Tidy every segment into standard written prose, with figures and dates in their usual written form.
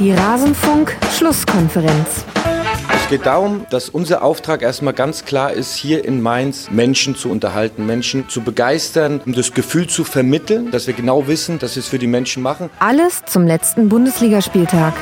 Die Rasenfunk-Schlusskonferenz. Es geht darum, dass unser Auftrag erstmal ganz klar ist, hier in Mainz Menschen zu unterhalten, Menschen zu begeistern, um das Gefühl zu vermitteln, dass wir genau wissen, dass wir es für die Menschen machen. Alles zum letzten Bundesligaspieltag.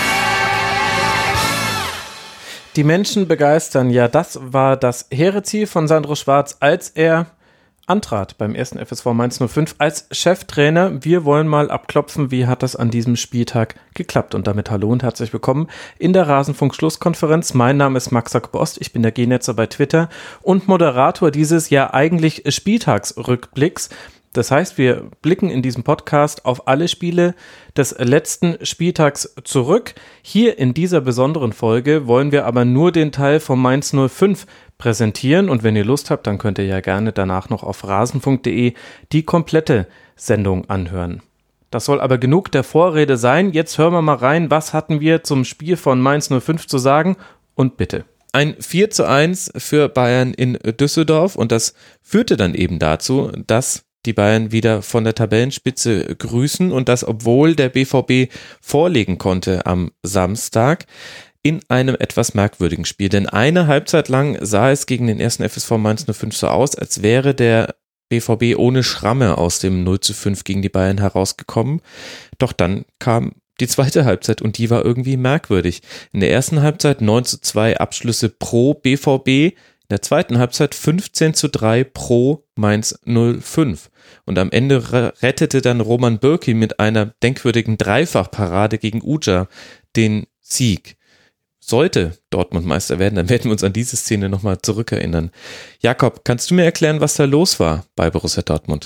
Die Menschen begeistern, ja, das war das hehre Ziel von Sandro Schwarz, als er antrat beim ersten FSV Mainz 05 als Cheftrainer. Wir wollen mal abklopfen, wie hat das an diesem Spieltag geklappt. Und damit hallo und herzlich willkommen in der Rasenfunk-Schlusskonferenz. Mein Name ist Max Sack-Bost, ich bin der G-Netzer bei Twitter und Moderator dieses ja eigentlich Spieltagsrückblicks. Das heißt, wir blicken in diesem Podcast auf alle Spiele des letzten Spieltags zurück. Hier in dieser besonderen Folge wollen wir aber nur den Teil von Mainz 05 präsentieren. Und wenn ihr Lust habt, dann könnt ihr ja gerne danach noch auf rasenfunk.de die komplette Sendung anhören. Das soll aber genug der Vorrede sein. Jetzt hören wir mal rein, was hatten wir zum Spiel von Mainz 05 zu sagen. Und bitte. Ein 4:1 für Bayern in Düsseldorf. Und das führte dann eben dazu, dass die Bayern wieder von der Tabellenspitze grüßen und das, obwohl der BVB vorlegen konnte am Samstag in einem etwas merkwürdigen Spiel. Denn eine Halbzeit lang sah es gegen den ersten FSV Mainz 05 so aus, als wäre der BVB ohne Schramme aus dem 0:5 gegen die Bayern herausgekommen. Doch dann kam die zweite Halbzeit und die war irgendwie merkwürdig. In der ersten Halbzeit 9:2 Abschlüsse pro BVB, in der zweiten Halbzeit 15:3 pro Mainz 05. Und am Ende rettete dann Roman Bürki mit einer denkwürdigen Dreifachparade gegen Uja den Sieg. Sollte Dortmund Meister werden, dann werden wir uns an diese Szene nochmal zurückerinnern. Jakob, kannst du mir erklären, was da los war bei Borussia Dortmund?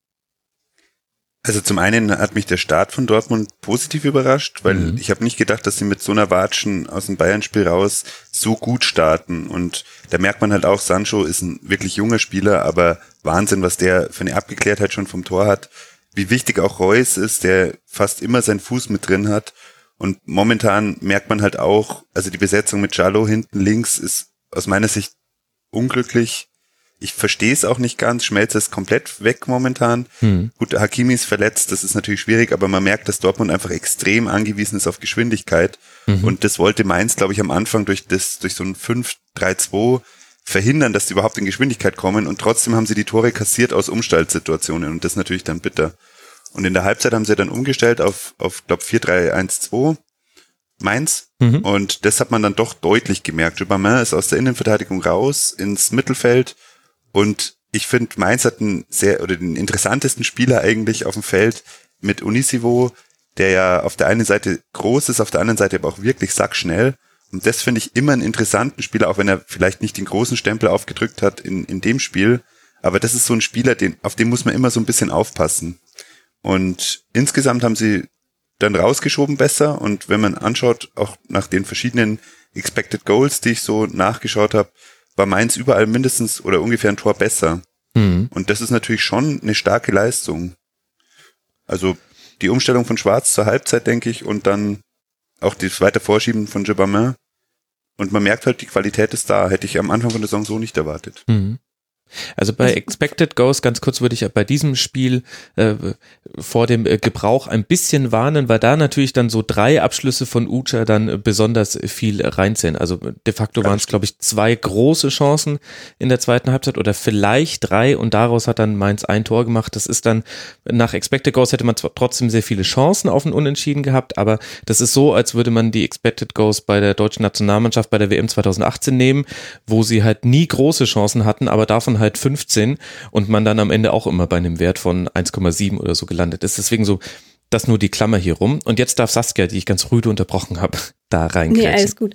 Also zum einen hat mich der Start von Dortmund positiv überrascht, weil ich habe nicht gedacht, dass sie mit so einer Watschen aus dem Bayern-Spiel raus so gut starten. Und da merkt man halt auch, Sancho ist ein wirklich junger Spieler, aber Wahnsinn, was der für eine Abgeklärtheit schon vom Tor hat. Wie wichtig auch Reus ist, der fast immer seinen Fuß mit drin hat. Und momentan merkt man halt auch, also die Besetzung mit Jallo hinten links ist aus meiner Sicht unglücklich. Ich verstehe es auch nicht ganz, Schmelzer ist komplett weg momentan. Gut, Hakimi ist verletzt, das ist natürlich schwierig, aber man merkt, dass Dortmund einfach extrem angewiesen ist auf Geschwindigkeit. Und das wollte Mainz, glaube ich, am Anfang durch so ein 5-3-2 verhindern, dass sie überhaupt in Geschwindigkeit kommen. Und trotzdem haben sie die Tore kassiert aus Umstaltsituationen und das ist natürlich dann bitter. Und in der Halbzeit haben sie dann umgestellt auf glaube 4-3-1-2 Mainz. Und das hat man dann doch deutlich gemerkt. Aubameyang ist aus der Innenverteidigung raus ins Mittelfeld. Und ich finde, Mainz hat den interessantesten Spieler eigentlich auf dem Feld mit Unisivo, der ja auf der einen Seite groß ist, auf der anderen Seite aber auch wirklich sackschnell. Und das finde ich immer einen interessanten Spieler, auch wenn er vielleicht nicht den großen Stempel aufgedrückt hat in dem Spiel. Aber das ist so ein Spieler, auf den muss man immer so ein bisschen aufpassen. Und insgesamt haben sie dann rausgeschoben besser. Und wenn man anschaut, auch nach den verschiedenen Expected Goals, die ich so nachgeschaut habe, war Mainz überall mindestens oder ungefähr ein Tor besser. Und das ist natürlich schon eine starke Leistung. Also die Umstellung von Schwarz zur Halbzeit, denke ich, und dann auch das weite Vorschieben von Aubameyang. Und man merkt halt, die Qualität ist da. Hätte ich am Anfang von der Saison so nicht erwartet. Also bei Expected Goals, ganz kurz würde ich bei diesem Spiel vor dem Gebrauch ein bisschen warnen, weil da natürlich dann so 3 Abschlüsse von Uja dann besonders viel reinzählen. Also de facto waren es, glaube ich, 2 große Chancen in der zweiten Halbzeit oder vielleicht 3 und daraus hat dann Mainz ein Tor gemacht. Das ist dann, nach Expected Goals hätte man zwar trotzdem sehr viele Chancen auf ein Unentschieden gehabt, aber das ist so, als würde man die Expected Goals bei der deutschen Nationalmannschaft bei der WM 2018 nehmen, wo sie halt nie große Chancen hatten, aber davon halt 15 und man dann am Ende auch immer bei einem Wert von 1,7 oder so gelandet ist. Deswegen so, das nur die Klammer hier rum. Und jetzt darf Saskia, die ich ganz rüde unterbrochen habe, da reingrätschen. Nee, alles gut.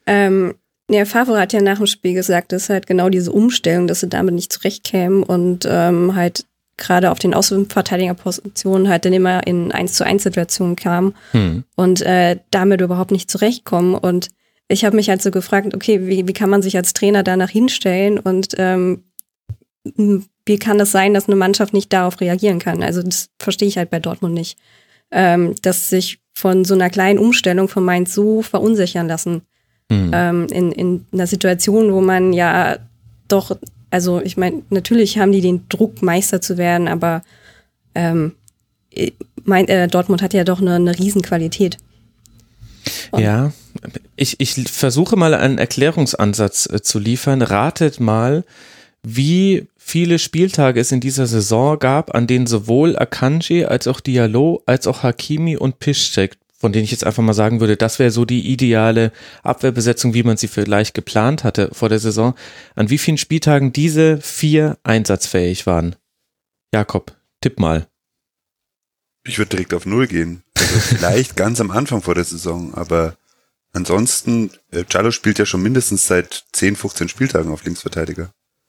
Favre hat ja nach dem Spiel gesagt, dass halt genau diese Umstellung, dass sie damit nicht zurechtkämen und halt gerade auf den Außenverteidigerpositionen halt dann immer in 1-zu-1-Situationen kamen und damit überhaupt nicht zurechtkommen. Und ich habe mich halt so gefragt, okay, wie kann man sich als Trainer danach hinstellen und wie kann es sein, dass eine Mannschaft nicht darauf reagieren kann? Also das verstehe ich halt bei Dortmund nicht. Dass sich von so einer kleinen Umstellung von Mainz so verunsichern lassen. In einer Situation, wo man ja doch, also ich meine, natürlich haben die den Druck, Meister zu werden, aber Dortmund hat ja doch eine Riesenqualität. Ja, ich versuche mal einen Erklärungsansatz zu liefern. Ratet mal, wie viele Spieltage es in dieser Saison gab, an denen sowohl Akanji als auch Diallo als auch Hakimi und Piszczek, von denen ich jetzt einfach mal sagen würde, das wäre so die ideale Abwehrbesetzung, wie man sie vielleicht geplant hatte vor der Saison, an wie vielen Spieltagen diese 4 einsatzfähig waren. Jakob, tipp mal. Ich würde direkt auf 0 gehen. Also vielleicht ganz am Anfang vor der Saison, aber ansonsten, Çalhanoğlu spielt ja schon mindestens seit 10, 15 Spieltagen auf Linksverteidiger.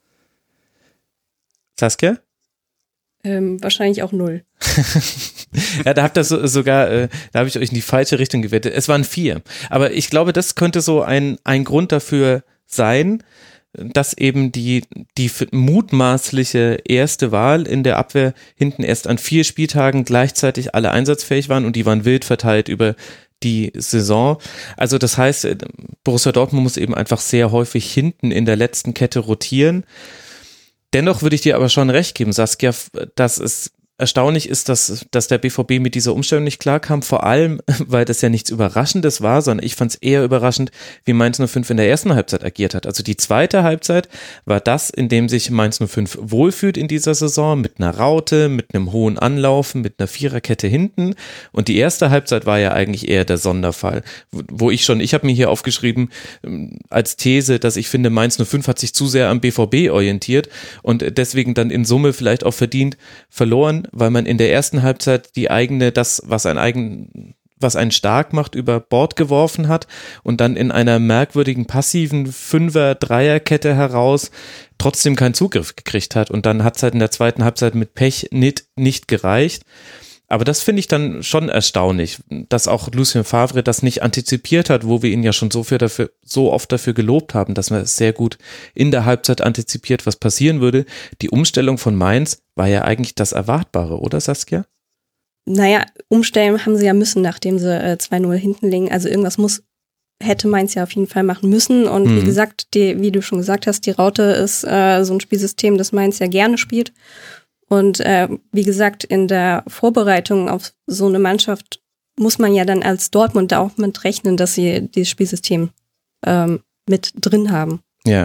Saskia? Wahrscheinlich auch 0. Ja, da habt ihr sogar, da habe ich euch in die falsche Richtung gewettet. Es waren 4. Aber ich glaube, das könnte so ein Grund dafür sein, dass eben die mutmaßliche erste Wahl in der Abwehr hinten erst an 4 Spieltagen gleichzeitig alle einsatzfähig waren und die waren wild verteilt über die Saison. Also das heißt, Borussia Dortmund muss eben einfach sehr häufig hinten in der letzten Kette rotieren. Dennoch würde ich dir aber schon recht geben, Saskia, dass es erstaunlich ist, dass der BVB mit dieser Umstellung nicht klarkam, vor allem, weil das ja nichts Überraschendes war, sondern ich fand es eher überraschend, wie Mainz 05 in der ersten Halbzeit agiert hat. Also die zweite Halbzeit war das, in dem sich Mainz 05 wohlfühlt in dieser Saison, mit einer Raute, mit einem hohen Anlaufen, mit einer Viererkette hinten, und die erste Halbzeit war ja eigentlich eher der Sonderfall, wo ich habe mir hier aufgeschrieben als These, dass ich finde, Mainz 05 hat sich zu sehr am BVB orientiert und deswegen dann in Summe vielleicht auch verdient verloren, weil man in der ersten Halbzeit was einen stark macht, über Bord geworfen hat und dann in einer merkwürdigen passiven 5er-3er-Kette heraus trotzdem keinen Zugriff gekriegt hat, und dann hat es halt in der zweiten Halbzeit mit Pech nicht gereicht. Aber das finde ich dann schon erstaunlich, dass auch Lucien Favre das nicht antizipiert hat, wo wir ihn ja schon so oft dafür gelobt haben, dass man es sehr gut in der Halbzeit antizipiert, was passieren würde. Die Umstellung von Mainz war ja eigentlich das Erwartbare, oder Saskia? Naja, umstellen haben sie ja müssen, nachdem sie 2-0 hinten liegen. Also irgendwas hätte Mainz ja auf jeden Fall machen müssen. Und wie gesagt, wie du schon gesagt hast, die Raute ist so ein Spielsystem, das Mainz ja gerne spielt. Und wie gesagt, in der Vorbereitung auf so eine Mannschaft muss man ja dann als Dortmund da auch mit rechnen, dass sie dieses Spielsystem mit drin haben. Ja.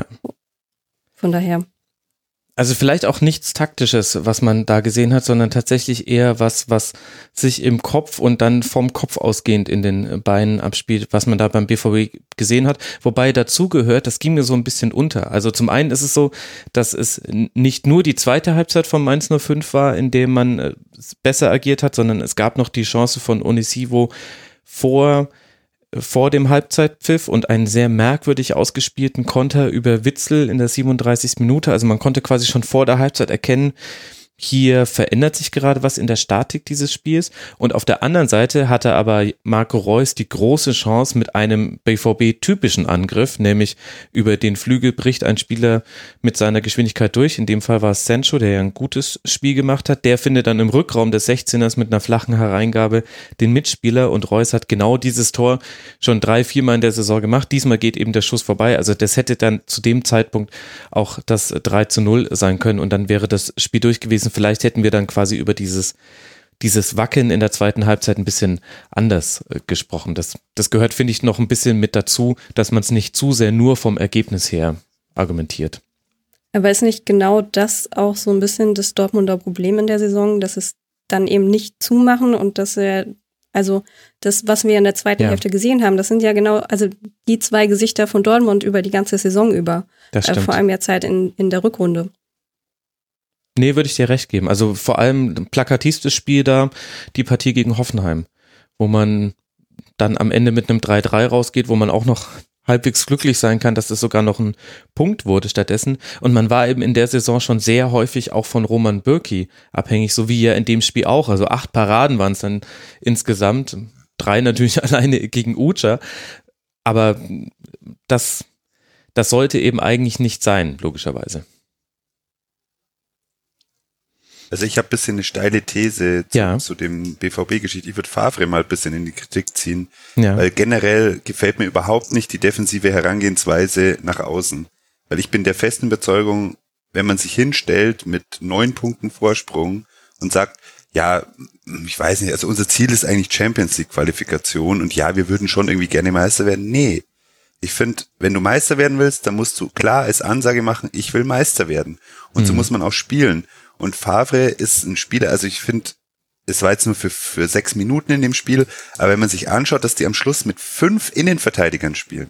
Von daher. Also vielleicht auch nichts Taktisches, was man da gesehen hat, sondern tatsächlich eher was sich im Kopf und dann vom Kopf ausgehend in den Beinen abspielt, was man da beim BVB gesehen hat. Wobei dazu gehört, das ging mir so ein bisschen unter. Also zum einen ist es so, dass es nicht nur die zweite Halbzeit von Mainz 05 war, in dem man besser agiert hat, sondern es gab noch die Chance von Onisivo vor dem Halbzeitpfiff und einen sehr merkwürdig ausgespielten Konter über Witsel in der 37. Minute. Also man konnte quasi schon vor der Halbzeit erkennen, hier verändert sich gerade was in der Statik dieses Spiels, und auf der anderen Seite hatte aber Marco Reus die große Chance mit einem BVB-typischen Angriff, nämlich über den Flügel bricht ein Spieler mit seiner Geschwindigkeit durch, in dem Fall war es Sancho, der ja ein gutes Spiel gemacht hat, der findet dann im Rückraum des 16ers mit einer flachen Hereingabe den Mitspieler, und Reus hat genau dieses Tor schon 3-4 Mal in der Saison gemacht, diesmal geht eben der Schuss vorbei, also das hätte dann zu dem Zeitpunkt auch das 3-0 sein können und dann wäre das Spiel durch gewesen. Vielleicht hätten wir dann quasi über dieses Wackeln in der zweiten Halbzeit ein bisschen anders gesprochen. Das gehört, finde ich, noch ein bisschen mit dazu, dass man es nicht zu sehr nur vom Ergebnis her argumentiert. Aber ist nicht genau das auch so ein bisschen das Dortmunder Problem in der Saison, dass es dann eben nicht zumachen und dass also das, was wir in der zweiten Hälfte gesehen haben, das sind ja genau, also die 2 Gesichter von Dortmund über die ganze Saison über. Das stimmt. Vor allem jetzt halt in der Rückrunde. Nee, würde ich dir recht geben. Also vor allem plakativstes Spiel da, die Partie gegen Hoffenheim, wo man dann am Ende mit einem 3-3 rausgeht, wo man auch noch halbwegs glücklich sein kann, dass es sogar noch ein Punkt wurde stattdessen. Und man war eben in der Saison schon sehr häufig auch von Roman Bürki abhängig, so wie ja in dem Spiel auch. Also 8 Paraden waren es dann insgesamt, 3 natürlich alleine gegen Uca. Aber das sollte eben eigentlich nicht sein, logischerweise. Also ich habe ein bisschen eine steile These zu dem BVB-Geschichte. Ich würde Favre mal ein bisschen in die Kritik ziehen, weil generell gefällt mir überhaupt nicht die defensive Herangehensweise nach außen. Weil ich bin der festen Überzeugung, wenn man sich hinstellt mit 9 Punkten Vorsprung und sagt, Ja, ich weiß nicht, also unser Ziel ist eigentlich Champions League Qualifikation und ja, wir würden schon irgendwie gerne Meister werden. Nee, ich finde, wenn du Meister werden willst, dann musst du klar als Ansage machen, ich will Meister werden. Und so muss man auch spielen. Und Favre ist ein Spieler, also ich finde, es war jetzt nur für 6 Minuten in dem Spiel, aber wenn man sich anschaut, dass die am Schluss mit 5 Innenverteidigern spielen.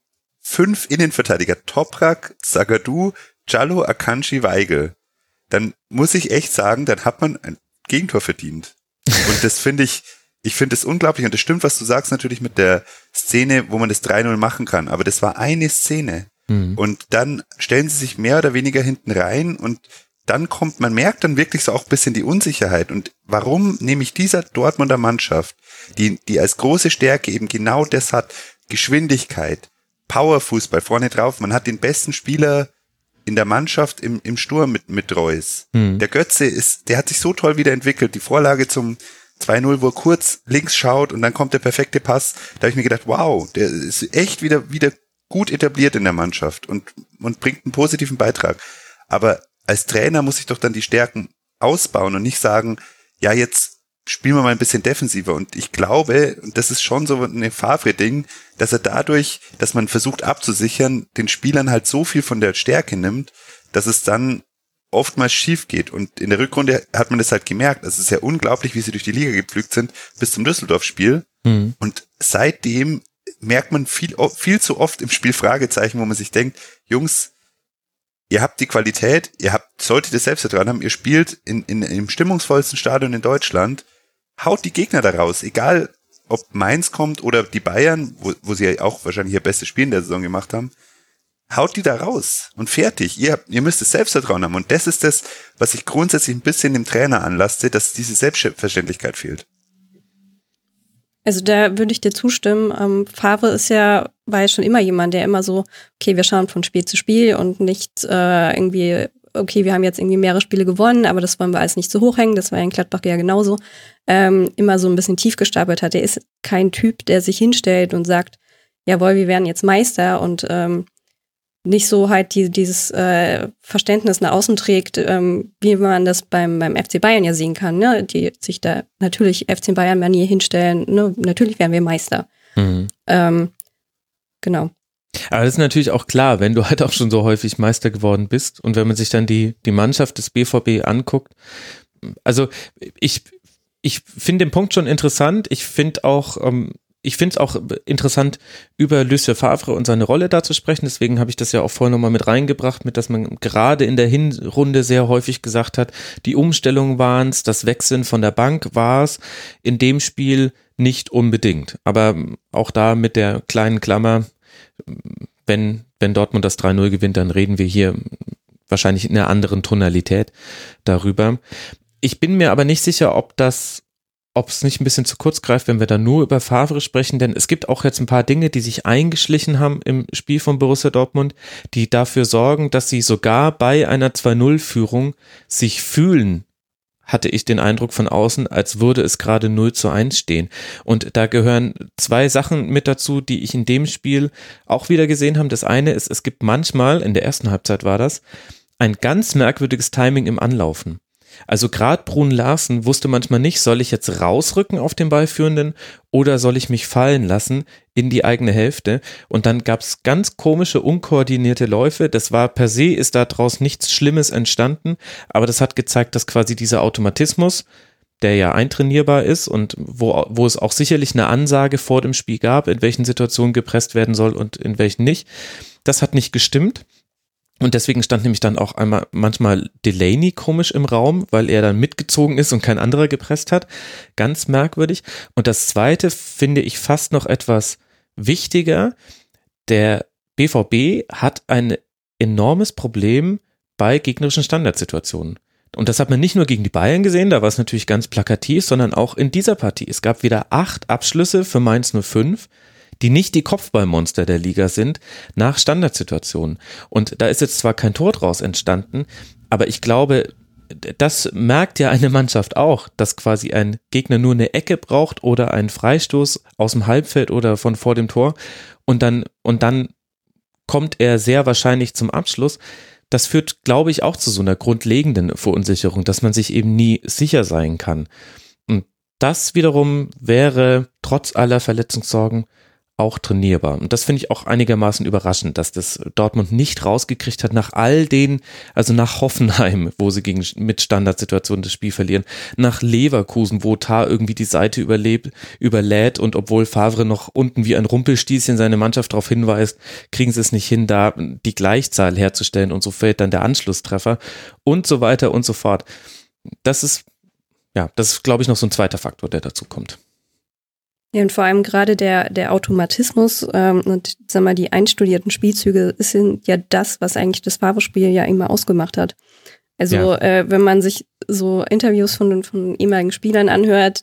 5 Innenverteidiger, Toprak, Zagadou, Jallo, Akanji, Weigl. Dann muss ich echt sagen, dann hat man ein Gegentor verdient. Und das finde ich finde es unglaublich. Und das stimmt, was du sagst natürlich mit der Szene, wo man das 3-0 machen kann. Aber das war eine Szene. Und dann stellen sie sich mehr oder weniger hinten rein und dann man merkt dann wirklich so auch ein bisschen die Unsicherheit. Und warum nämlich dieser Dortmunder Mannschaft, die als große Stärke eben genau das hat, Geschwindigkeit, Powerfußball vorne drauf, man hat den besten Spieler in der Mannschaft im Sturm mit Reus. Der Götze der hat sich so toll wieder entwickelt, die Vorlage zum 2-0, wo er kurz links schaut und dann kommt der perfekte Pass. Da habe ich mir gedacht, wow, der ist echt wieder gut etabliert in der Mannschaft und bringt einen positiven Beitrag. Aber als Trainer muss ich doch dann die Stärken ausbauen und nicht sagen, ja, jetzt spielen wir mal ein bisschen defensiver. Und ich glaube, und das ist schon so ein Favre-Ding, dass er dadurch, dass man versucht abzusichern, den Spielern halt so viel von der Stärke nimmt, dass es dann oftmals schief geht. Und in der Rückrunde hat man das halt gemerkt. Es ist ja unglaublich, wie sie durch die Liga gepflügt sind bis zum Düsseldorf-Spiel. Und seitdem merkt man viel zu oft im Spiel Fragezeichen, wo man sich denkt, Jungs, ihr habt die Qualität, solltet ihr Selbstvertrauen haben, ihr spielt im stimmungsvollsten Stadion in Deutschland, haut die Gegner da raus, egal ob Mainz kommt oder die Bayern, wo sie ja auch wahrscheinlich ihr bestes Spiel in der Saison gemacht haben, haut die da raus und fertig. Ihr müsst das Selbstvertrauen haben und das ist das, was ich grundsätzlich ein bisschen dem Trainer anlaste, dass diese Selbstverständlichkeit fehlt. Also da würde ich dir zustimmen. Favre war ja schon immer jemand, der immer so, okay, wir schauen von Spiel zu Spiel und nicht irgendwie, okay, wir haben jetzt irgendwie mehrere Spiele gewonnen, aber das wollen wir alles nicht so hoch hängen. Das war ja in Gladbach ja genauso. Immer so ein bisschen tief gestapelt hat. Er ist kein Typ, der sich hinstellt und sagt, jawohl, wir werden jetzt Meister und nicht so halt dieses Verständnis nach außen trägt, wie man das beim FC Bayern ja sehen kann, ne? Die sich da natürlich FC Bayern-Manier hinstellen, ne? Natürlich werden wir Meister. Genau. Aber das ist natürlich auch klar, wenn du halt auch schon so häufig Meister geworden bist und wenn man sich dann die Mannschaft des BVB anguckt, also ich finde den Punkt schon interessant, ich finde es auch interessant, über Lucien Favre und seine Rolle da zu sprechen. Deswegen habe ich das ja auch vorhin nochmal mit reingebracht, dass man gerade in der Hinrunde sehr häufig gesagt hat, die Umstellung waren es, das Wechseln von der Bank war es, in dem Spiel nicht unbedingt. Aber auch da mit der kleinen Klammer, wenn Dortmund das 3-0 gewinnt, dann reden wir hier wahrscheinlich in einer anderen Tonalität darüber. Ich bin mir aber nicht sicher, ob es nicht ein bisschen zu kurz greift, wenn wir da nur über Favre sprechen, denn es gibt auch jetzt ein paar Dinge, die sich eingeschlichen haben im Spiel von Borussia Dortmund, die dafür sorgen, dass sie sogar bei einer 2-0-Führung sich fühlen, hatte ich den Eindruck von außen, als würde es gerade 0-1 stehen. Und da gehören 2 Sachen mit dazu, die ich in dem Spiel auch wieder gesehen habe. Das eine ist, es gibt manchmal, in der ersten Halbzeit war das, ein ganz merkwürdiges Timing im Anlaufen. Also gerade Brun Larsen wusste manchmal nicht, soll ich jetzt rausrücken auf den Ballführenden oder soll ich mich fallen lassen in die eigene Hälfte, und dann gab es ganz komische, unkoordinierte Läufe. Das war per se, ist daraus nichts Schlimmes entstanden, aber das hat gezeigt, dass quasi dieser Automatismus, der ja eintrainierbar ist und wo es auch sicherlich eine Ansage vor dem Spiel gab, in welchen Situationen gepresst werden soll und in welchen nicht, das hat nicht gestimmt. Und deswegen stand nämlich dann auch manchmal Delaney komisch im Raum, weil er dann mitgezogen ist und kein anderer gepresst hat. Ganz merkwürdig. Und das Zweite finde ich fast noch etwas wichtiger. Der BVB hat ein enormes Problem bei gegnerischen Standardsituationen. Und das hat man nicht nur gegen die Bayern gesehen, da war es natürlich ganz plakativ, sondern auch in dieser Partie. Es gab wieder 8 Abschlüsse für Mainz 05, die nicht die Kopfballmonster der Liga sind, nach Standardsituationen. Und da ist jetzt zwar kein Tor draus entstanden, aber ich glaube, das merkt ja eine Mannschaft auch, dass quasi ein Gegner nur eine Ecke braucht oder einen Freistoß aus dem Halbfeld oder von vor dem Tor und dann kommt er sehr wahrscheinlich zum Abschluss. das führt, glaube ich, auch zu so einer grundlegenden Verunsicherung, dass man sich eben nie sicher sein kann. Und das wiederum wäre trotz aller Verletzungssorgen auch trainierbar. Und das finde ich auch einigermaßen überraschend, dass das Dortmund nicht rausgekriegt hat nach all den, also nach Hoffenheim, wo sie mit Standardsituationen das Spiel verlieren, nach Leverkusen, wo Tah irgendwie die Seite überlädt und obwohl Favre noch unten wie ein Rumpelstilzchen seine Mannschaft darauf hinweist, kriegen sie es nicht hin, da die Gleichzahl herzustellen und so fällt dann der Anschlusstreffer und so weiter und so fort. Das ist, glaube ich, noch so ein zweiter Faktor, der dazu kommt. Ja, und vor allem gerade der Automatismus und sag mal, die einstudierten Spielzüge sind ja das, was eigentlich das Favre-Spiel ja immer ausgemacht hat. Also wenn man sich so Interviews von ehemaligen Spielern anhört,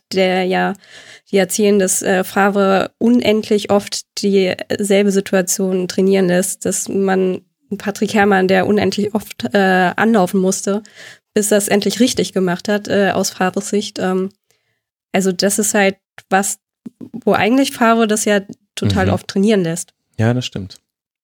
die erzählen, dass Favre unendlich oft dieselbe Situation trainieren lässt, dass man Patrick Herrmann, der unendlich oft anlaufen musste, bis er es endlich richtig gemacht hat, aus Favres Sicht. Also das ist halt was, wo eigentlich Favre das ja total oft trainieren lässt. Ja, das stimmt.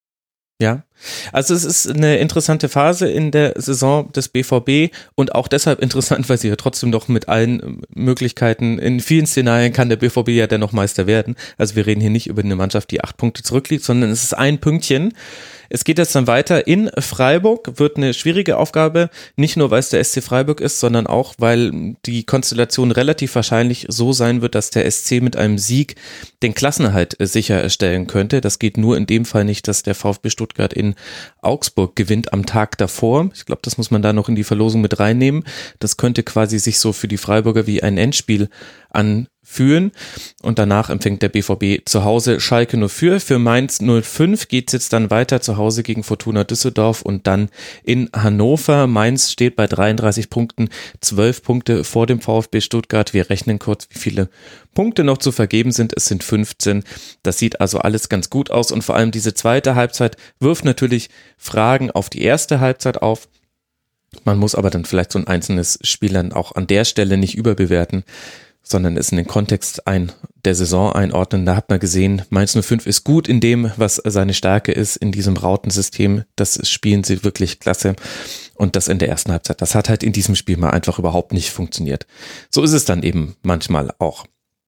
Ja, also es ist eine interessante Phase in der Saison des BVB und auch deshalb interessant, weil sie ja trotzdem noch mit allen Möglichkeiten, in vielen Szenarien kann der BVB ja dennoch Meister werden. Also wir reden hier nicht über eine Mannschaft, die 8 Punkte zurückliegt, sondern es ist ein Pünktchen. Es geht jetzt dann weiter in Freiburg, wird eine schwierige Aufgabe, nicht nur weil es der SC Freiburg ist, sondern auch, weil die Konstellation relativ wahrscheinlich so sein wird, dass der SC mit einem Sieg den Klassenerhalt sicherstellen könnte. Das geht nur in dem Fall nicht, dass der VfB Stuttgart in Augsburg gewinnt am Tag davor. Ich glaube, das muss man da noch in die Verlosung mit reinnehmen. Das könnte quasi sich so für die Freiburger wie ein Endspiel anfühlen und danach empfängt der BVB zu Hause Schalke 04. Für Mainz 05 geht es jetzt dann weiter zu Hause gegen Fortuna Düsseldorf und dann in Hannover. Mainz steht bei 33 Punkten, 12 Punkte vor dem VfB Stuttgart. Wir rechnen kurz, wie viele Punkte noch zu vergeben sind. Es sind 15. Das sieht also alles ganz gut aus und vor allem diese zweite Halbzeit wirft natürlich Fragen auf die erste Halbzeit auf. Man muss aber dann vielleicht so ein einzelnes Spiel dann auch an der Stelle nicht überbewerten, sondern es in den Kontext der Saison einordnen. Da hat man gesehen, Mainz 05 ist gut in dem, was seine Stärke ist, in diesem Rautensystem. Das spielen sie wirklich klasse. Und das in der ersten Halbzeit, das hat halt in diesem Spiel mal einfach überhaupt nicht funktioniert. So ist es dann eben manchmal auch.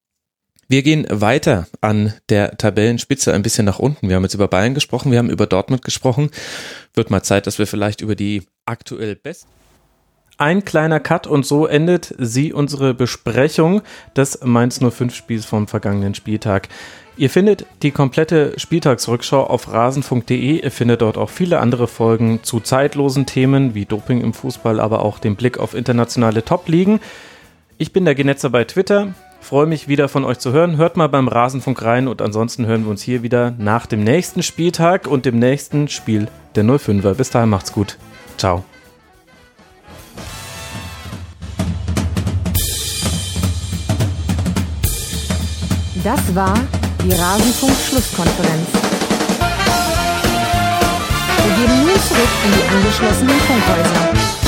Wir gehen weiter an der Tabellenspitze ein bisschen nach unten. Wir haben jetzt über Bayern gesprochen, wir haben über Dortmund gesprochen. Wird mal Zeit, dass wir vielleicht über die aktuell besten. Ein kleiner Cut und so endet unsere Besprechung des Mainz 05 Spiels vom vergangenen Spieltag. Ihr findet die komplette Spieltagsrückschau auf rasen.de. Ihr findet dort auch viele andere Folgen zu zeitlosen Themen wie Doping im Fußball, aber auch den Blick auf internationale Top-Ligen. Ich bin der Genetzer bei Twitter. Freue mich wieder von euch zu hören. Hört mal beim Rasenfunk rein und ansonsten hören wir uns hier wieder nach dem nächsten Spieltag und dem nächsten Spiel der 05er. Bis dahin macht's gut. Ciao. Das war die Rasenfunk-Schlusskonferenz. Wir gehen nun zurück in die angeschlossenen Funkhäuser.